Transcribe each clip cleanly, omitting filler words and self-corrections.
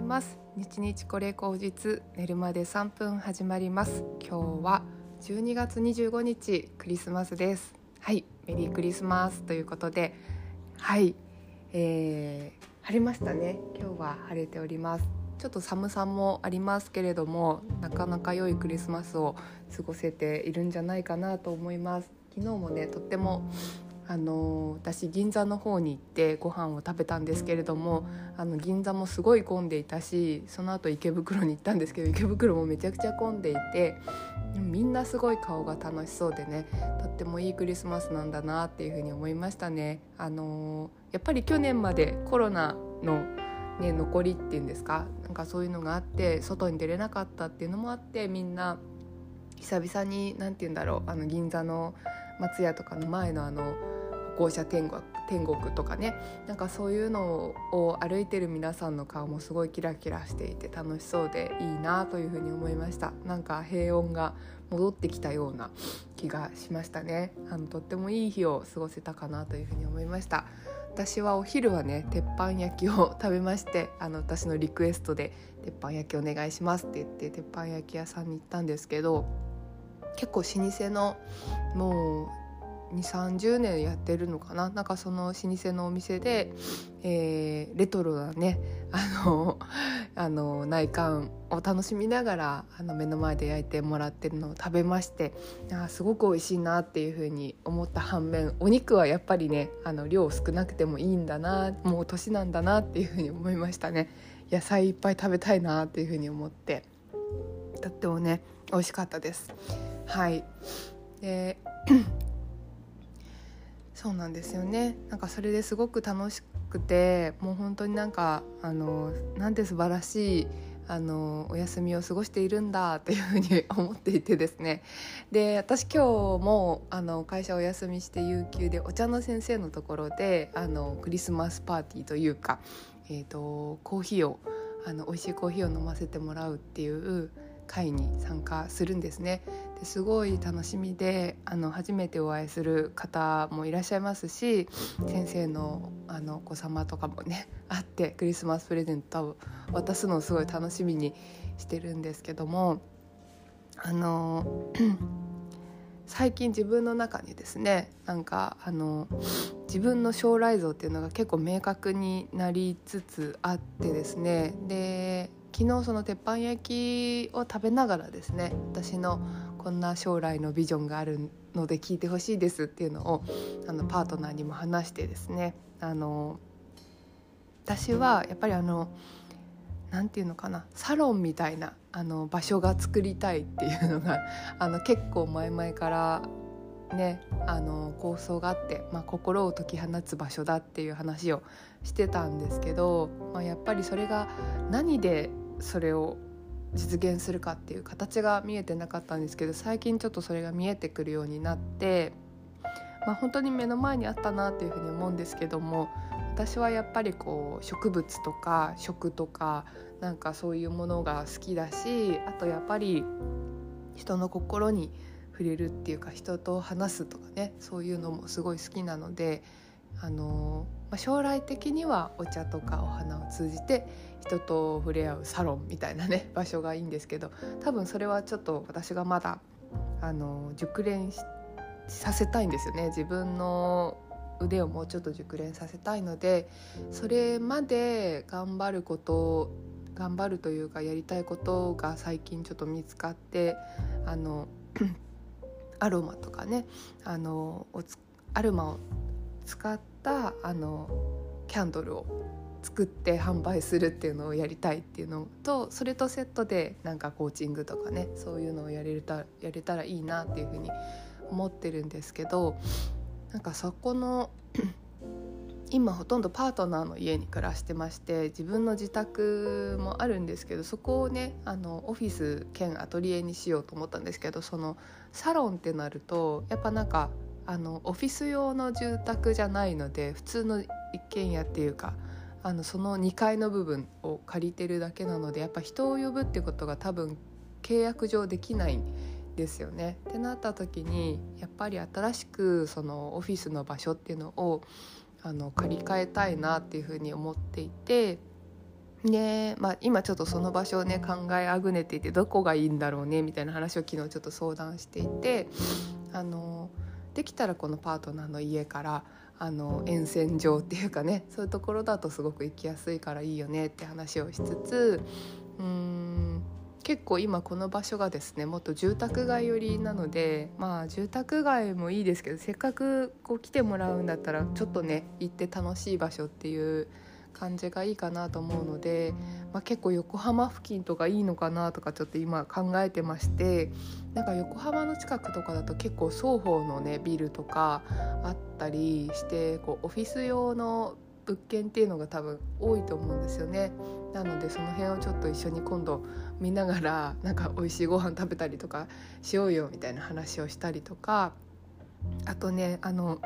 ます。日々これ口実、寝るまで3分始まります。今日は12月25日クリスマスです。はい、メリークリスマスということで、はい、晴れましたね。今日は晴れております。ちょっと寒さもありますけれども、なかなか良いクリスマスを過ごせているんじゃないかなと思います。昨日もね、とっても私銀座の方に行ってご飯を食べたんですけれども、銀座もすごい混んでいたし、その後池袋に行ったんですけど、池袋もめちゃくちゃ混んでいて、みんなすごい顔が楽しそうでね、とってもいいクリスマスなんだなっていうふうに思いましたね。やっぱり去年までコロナのね、残りっていうんですか、なんかそういうのがあって外に出れなかったっていうのもあって、みんな久々になんていうんだろう、銀座の松屋とかの前の歩行者天国とかね、なんかそういうのを歩いてる皆さんの顔もすごいキラキラしていて楽しそうでいいなというふうに思いました。なんか平穏が戻ってきたような気がしましたね。とってもいい日を過ごせたかなというふうに思いました。私はお昼はね、鉄板焼きを食べまして、私のリクエストで鉄板焼きお願いしますって言って鉄板焼き屋さんに行ったんですけど、結構老舗のもう2、30年やってるのかな、なんかその老舗のお店で、レトロなね内観を楽しみながら目の前で焼いてもらってるのを食べまして、すごく美味しいなっていう風に思った反面、お肉はやっぱりね量少なくてもいいんだな、もう年なんだなっていう風に思いましたね。野菜いっぱい食べたいなっていう風に思って、とってもね美味しかったです。はい。でそうなんですよね。なんかそれですごく楽しくて、もう本当になんかなんて素晴らしいお休みを過ごしているんだっていうふうに思っていてですね。で、私今日も会社お休みして有給でお茶の先生のところでクリスマスパーティーというか、コーヒーを美味しいコーヒーを飲ませてもらうっていう会に参加するんですね。ですごい楽しみで、初めてお会いする方もいらっしゃいますし、先生のお子様とかもね会ってクリスマスプレゼントを渡すのをすごい楽しみにしてるんですけども、最近自分の中にですね、なんか自分の将来像っていうのが結構明確になりつつあってですね。で、昨日その鉄板焼きを食べながらですね、私のこんな将来のビジョンがあるので聞いてほしいですっていうのをパートナーにも話してですね、私はやっぱりなんていうのかな、サロンみたいな場所が作りたいっていうのが結構前々からね構想があって、心を解き放つ場所だっていう話をしてたんですけど、やっぱりそれが何でそれを実現するかっていう形が見えてなかったんですけど、最近ちょっとそれが見えてくるようになって、本当に目の前にあったなっていうふうに思うんですけども、私はやっぱりこう植物とか食とかなんかそういうものが好きだし、あとやっぱり人の心に触れるっていうか、人と話すとかね、そういうのもすごい好きなので、将来的にはお茶とかお花を通じて人と触れ合うサロンみたいなね場所がいいんですけど、多分それはちょっと私がまだ熟練させたいんですよね。自分の腕をもうちょっと熟練させたいので、それまで頑張るというかやりたいことが最近ちょっと見つかって、アロマとかね、アロマを使ったキャンドルを作って販売するっていうのをやりたいっていうのと、それとセットでなんかコーチングとかね、そういうのをやれたらいいなっていうふうに思ってるんですけど、なんかそこの今ほとんどパートナーの家に暮らしてまして、自分の自宅もあるんですけど、そこをねオフィス兼アトリエにしようと思ったんですけど、そのサロンってなるとやっぱなんかオフィス用の住宅じゃないので、普通の一軒家っていうかその2階の部分を借りてるだけなので、やっぱ人を呼ぶってことが多分契約上できないんですよね。ってなった時にやっぱり新しくそのオフィスの場所っていうのを借り換えたいなっていうふうに思っていて、 で、今ちょっとその場所をね考えあぐねていて、どこがいいんだろうねみたいな話を昨日ちょっと相談していて、できたらこのパートナーの家から沿線上っていうかね、そういうところだとすごく行きやすいからいいよねって話をしつつ、結構今この場所がですねもっと住宅街寄りなので、住宅街もいいですけど、せっかくこう来てもらうんだったらちょっとね行って楽しい場所っていう感じがいいかなと思うので、結構横浜付近とかいいのかなとかちょっと今考えてまして、なんか横浜の近くとかだと結構双方のねビルとかあったりして、こうオフィス用の物件っていうのが多分多いと思うんですよね。なのでその辺をちょっと一緒に今度見ながら、なんか美味しいご飯食べたりとかしようよみたいな話をしたりとか、あとね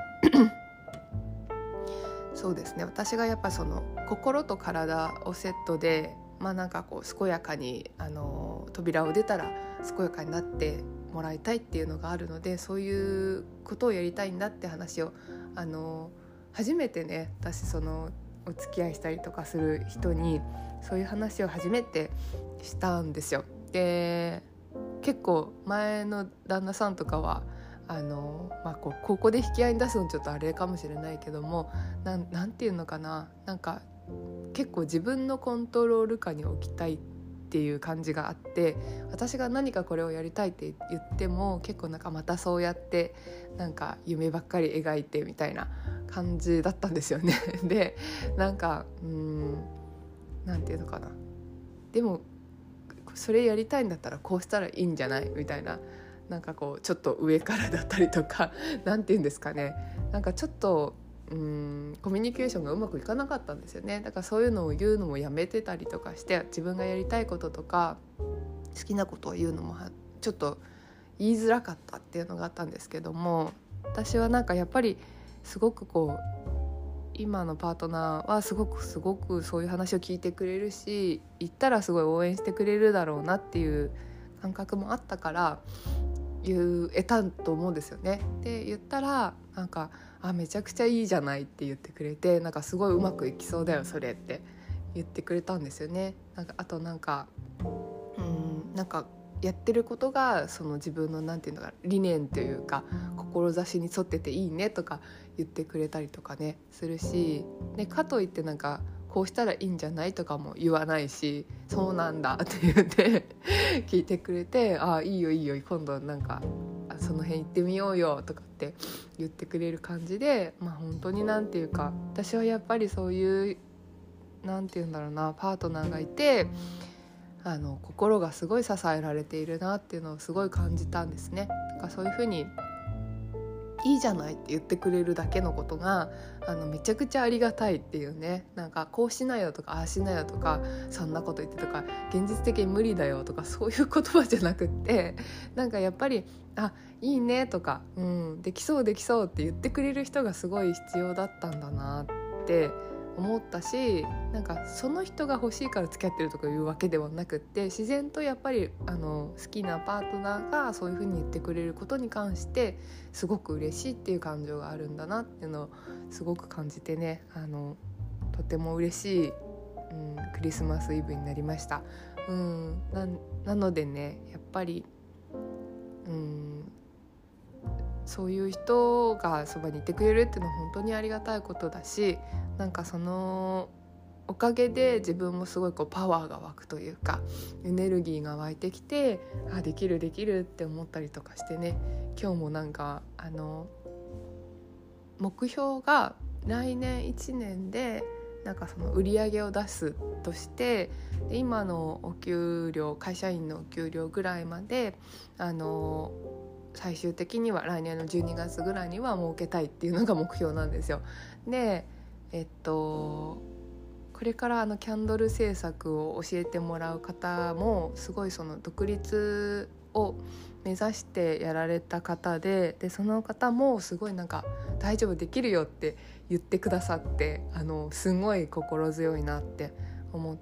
そうですね、私がやっぱその心と体をセットで、なんかこう健やかに扉を出たら健やかになってもらいたいっていうのがあるので、そういうことをやりたいんだって話を初めてね、私そのお付き合いしたりとかする人にそういう話を初めてしたんですよ。で、結構前の旦那さんとかはここで引き合いに出すのちょっとあれかもしれないけども、なんていうのかな、なんか結構自分のコントロール下に置きたいっていう感じがあって、私が何かこれをやりたいって言っても結構なんかまたそうやってなんか夢ばっかり描いてみたいな感じだったんですよねで、なんかなんていうのかな、でもそれやりたいんだったらこうしたらいいんじゃないみたいな、なんかこうちょっと上からだったりとかなんていうんですかね、なんかちょっとコミュニケーションがうまくいかなかったんですよね。だからそういうのを言うのもやめてたりとかして、自分がやりたいこととか好きなことを言うのもちょっと言いづらかったっていうのがあったんですけども、私はなんかやっぱりすごくこう今のパートナーはすごくそういう話を聞いてくれるし、言ったらすごい応援してくれるだろうなっていう感覚もあったから言えたと思うんですよね。で言ったらなんかめちゃくちゃいいじゃないって言ってくれて、なんかすごいうまくいきそうだよそれって言ってくれたんですよね。なんかあとなんかやってることがその自分のなんていうのか理念というか志に沿ってていいねとか言ってくれたりとかねするし、でかといってなんかこうしたらいいんじゃないとかも言わないし、そうなんだって言って聞いてくれて、いいよいいよ今度なんかその辺行ってみようよとかって言ってくれる感じで、本当になんていうか、私はやっぱりそういうなんていうんだろうな、パートナーがいて心がすごい支えられているなっていうのをすごい感じたんですね。だからそういう風にいいじゃないって言ってくれるだけのことがめちゃくちゃありがたいっていうね。なんかこうしなよとかああしなよとかそんなこと言ってとか現実的に無理だよとかそういう言葉じゃなくって、なんかやっぱりいいねとか、できそうできそうって言ってくれる人がすごい必要だったんだなって思ったし、なんかその人が欲しいから付き合ってるとかいうわけではなくって、自然とやっぱり好きなパートナーがそういう風に言ってくれることに関してすごく嬉しいっていう感情があるんだなっていうのをすごく感じてね、とても嬉しい、クリスマスイブになりました。なのでね、やっぱりそういう人がそばにいてくれるっていうのは本当にありがたいことだし、なんかそのおかげで自分もすごいこうパワーが湧くというかエネルギーが湧いてきて、できるできるって思ったりとかしてね、今日もなんか目標が来年1年でなんかその売り上げを出すとして、で今のお給料、会社員のお給料ぐらいまで最終的には来年の12月ぐらいには儲けたいっていうのが目標なんですよ。でこれからキャンドル制作を教えてもらう方もすごいその独立を目指してやられた方で、その方もすごいなんか大丈夫できるよって言ってくださって、すごい心強いなって思って、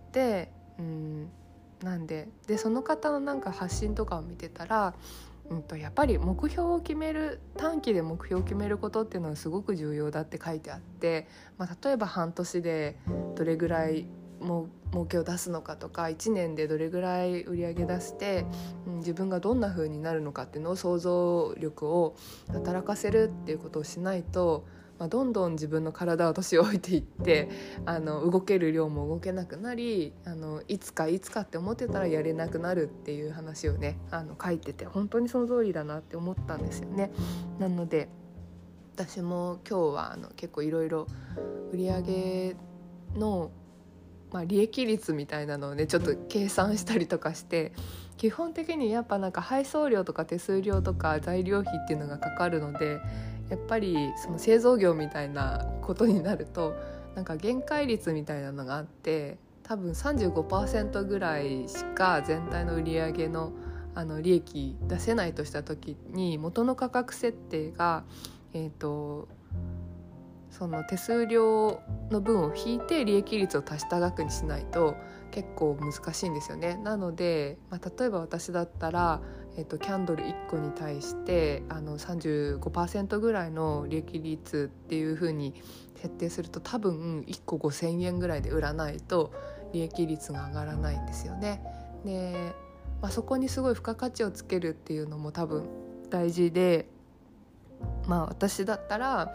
なんでその方のなんか発信とかを見てたら、やっぱり目標を決める、短期で目標を決めることっていうのはすごく重要だって書いてあって、例えば半年でどれぐらい儲けを出すのかとか、1年でどれぐらい売り上げ出して、自分がどんな風になるのかっていうのを想像力を働かせるっていうことをしないと、どんどん自分の体は年老いていって動ける量も動けなくなり、いつかって思ってたらやれなくなるっていう話をね書いてて、本当にその通りだなって思ったんですよね。なので私も今日は結構いろいろ売上の、利益率みたいなのをねちょっと計算したりとかして、基本的にやっぱ配送料とか手数料とか材料費っていうのがかかるので、やっぱりその製造業みたいなことになると限界率みたいなのがあって、多分 35% ぐらいしか全体の売上の利益出せないとした時に、元の価格設定がその手数料の分を引いて利益率を足した額にしないと結構難しいんですよね。なので、例えば私だったら、キャンドル1個に対して35% ぐらいの利益率っていう風に設定すると、多分1個5000円ぐらいで売らないと利益率が上がらないんですよね。で、そこにすごい付加価値をつけるっていうのも多分大事で、私だったら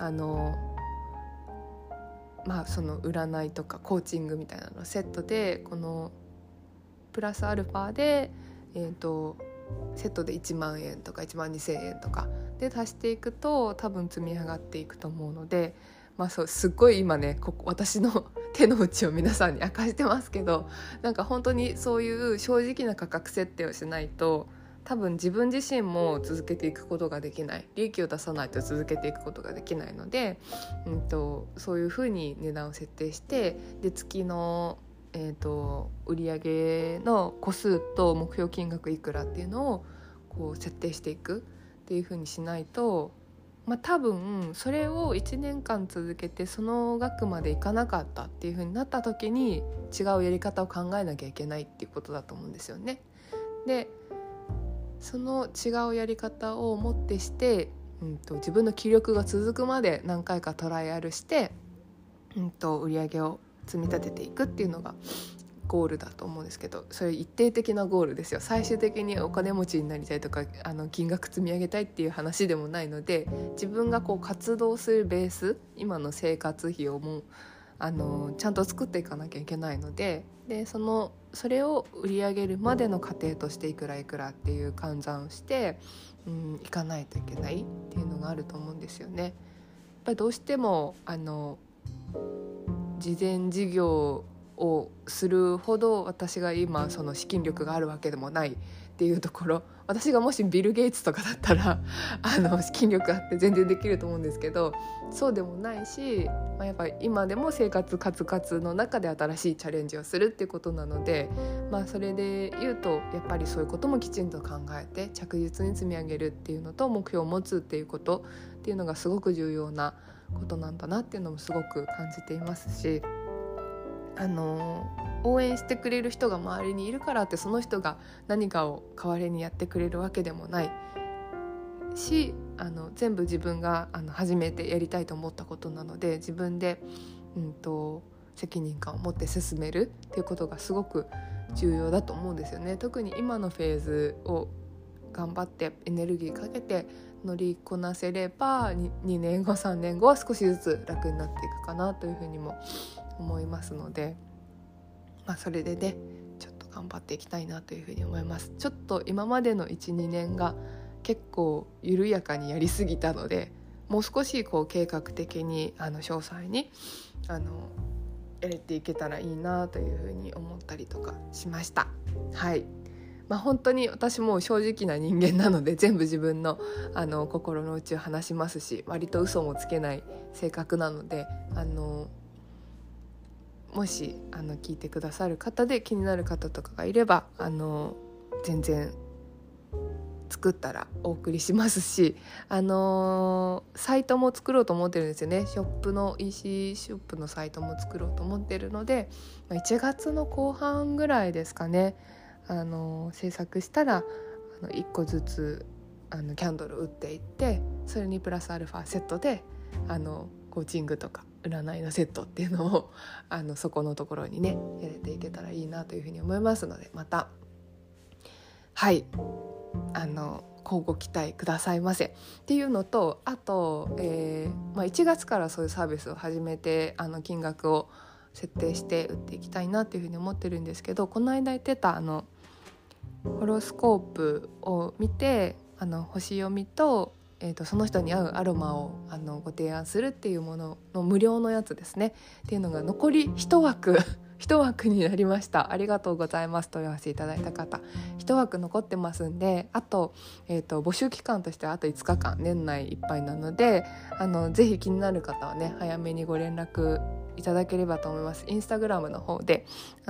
その占いとかコーチングみたいなのセットで、このプラスアルファで、セットで1万円とか1万2000円とかで足していくと多分積み上がっていくと思うので、すっごい今ね私の手の内を皆さんに明かしてますけど、本当にそういう正直な価格設定をしないと多分自分自身も続けていくことができない、利益を出さないと続けていくことができないので、そういうふうに値段を設定して、で月の、売上の個数と目標金額いくらっていうのをこう設定していくっていうふうにしないと、多分それを1年間続けてその額までいかなかったっていうふうになった時に違うやり方を考えなきゃいけないっていうことだと思うんですよね。でその違うやり方をもってして、自分の気力が続くまで何回かトライアルして、売り上げを積み立てていくっていうのがゴールだと思うんですけど、それ一定的なゴールですよ。最終的にお金持ちになりたいとか金額積み上げたいっていう話でもないので、自分がこう活動するベース、今の生活費をもちゃんと作っていかなきゃいけないので、それを売り上げるまでの過程としていくらっていう換算をしていかないといけないっていうのがあると思うんですよね。やっぱりどうしても事前事業をするほど私が今その資金力があるわけでもないっていうところ、私がもしビル・ゲイツとかだったら資金力あって全然できると思うんですけど、そうでもないし、やっぱり今でも生活カツカツの中で新しいチャレンジをするっていうことなので、それで言うとやっぱりそういうこともきちんと考えて着実に積み上げるっていうのと、目標を持つっていうことっていうのがすごく重要なことなんだなっていうのもすごく感じていますし、応援してくれる人が周りにいるからってその人が何かを代わりにやってくれるわけでもないし、全部自分が初めてやりたいと思ったことなので、自分で、責任感を持って進めるっていうことがすごく重要だと思うんですよね。特に今のフェーズを頑張ってエネルギーかけて乗りこなせれば 2年後3年後は少しずつ楽になっていくかなというふうにも思いますので、それでねちょっと頑張っていきたいなというふうに思います。ちょっと今までの 1,2 年が結構緩やかにやりすぎたので、もう少しこう計画的に詳細にやれていけたらいいなというふうに思ったりとかしました。はい、本当に私も正直な人間なので全部自分の心の内を話しますし、割と嘘もつけない性格なのでもし聞いてくださる方で気になる方とかがいれば全然作ったらお送りしますし、サイトも作ろうと思ってるんですよね。EC ショップのサイトも作ろうと思ってるので、1月の後半ぐらいですかね、制作したら1個ずつキャンドル売っていって、それにプラスアルファセットでコーチングとか占いのセットっていうのをそこのところにねやれていけたらいいなというふうに思いますので、また交互期待くださいませっていうのと、あと、1月からそういうサービスを始めて金額を設定して売っていきたいなっていうふうに思ってるんですけど、この間言ってたホロスコープを見て星読みと、その人に合うアロマをご提案するっていうものの無料のやつですねっていうのが残り1枠1枠になりました。ありがとうございます。問い合わせいただいた方1枠残ってますんで、あと、募集期間としてはあと5日間、年内いっぱいなのでぜひ気になる方はね早めにご連絡いただければと思います。インスタグラムの方で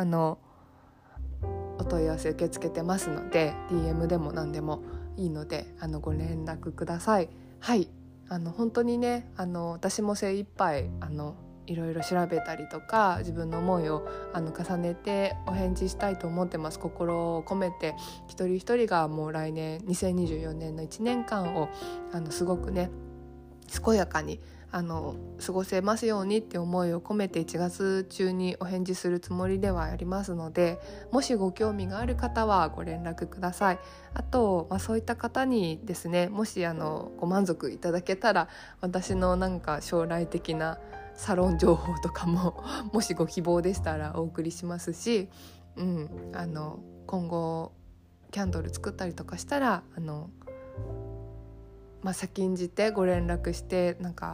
お問い合わせ受け付けてますので DM でも何でもいいのでご連絡ください。本当にね私も精一杯いろいろ調べたりとか自分の思いを重ねてお返事したいと思ってます。心を込めて一人一人がもう来年2024年の1年間をすごくね健やかに過ごせますようにって思いを込めて1月中にお返事するつもりではありますので、もしご興味がある方はご連絡ください。あと、そういった方にですね、もしご満足いただけたら私のなんか将来的なサロン情報とかももしご希望でしたらお送りしますし、今後キャンドル作ったりとかしたら先んじてご連絡してなんか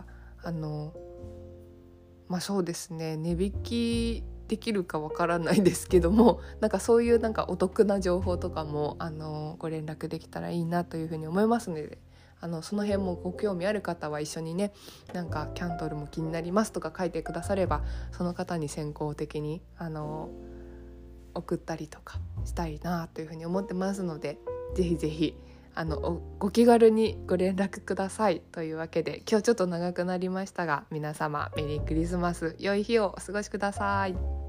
そうですね、値引きできるかわからないですけども、なんかそういうなんかお得な情報とかもご連絡できたらいいなというふうに思いますので、その辺もご興味ある方は一緒にね、なんかキャンドルも気になりますとか書いてくださればその方に先行的に送ったりとかしたいなというふうに思ってますので、ぜひぜひご気軽にご連絡ください。というわけで今日ちょっと長くなりましたが、皆様メリークリスマス、良い日をお過ごしください。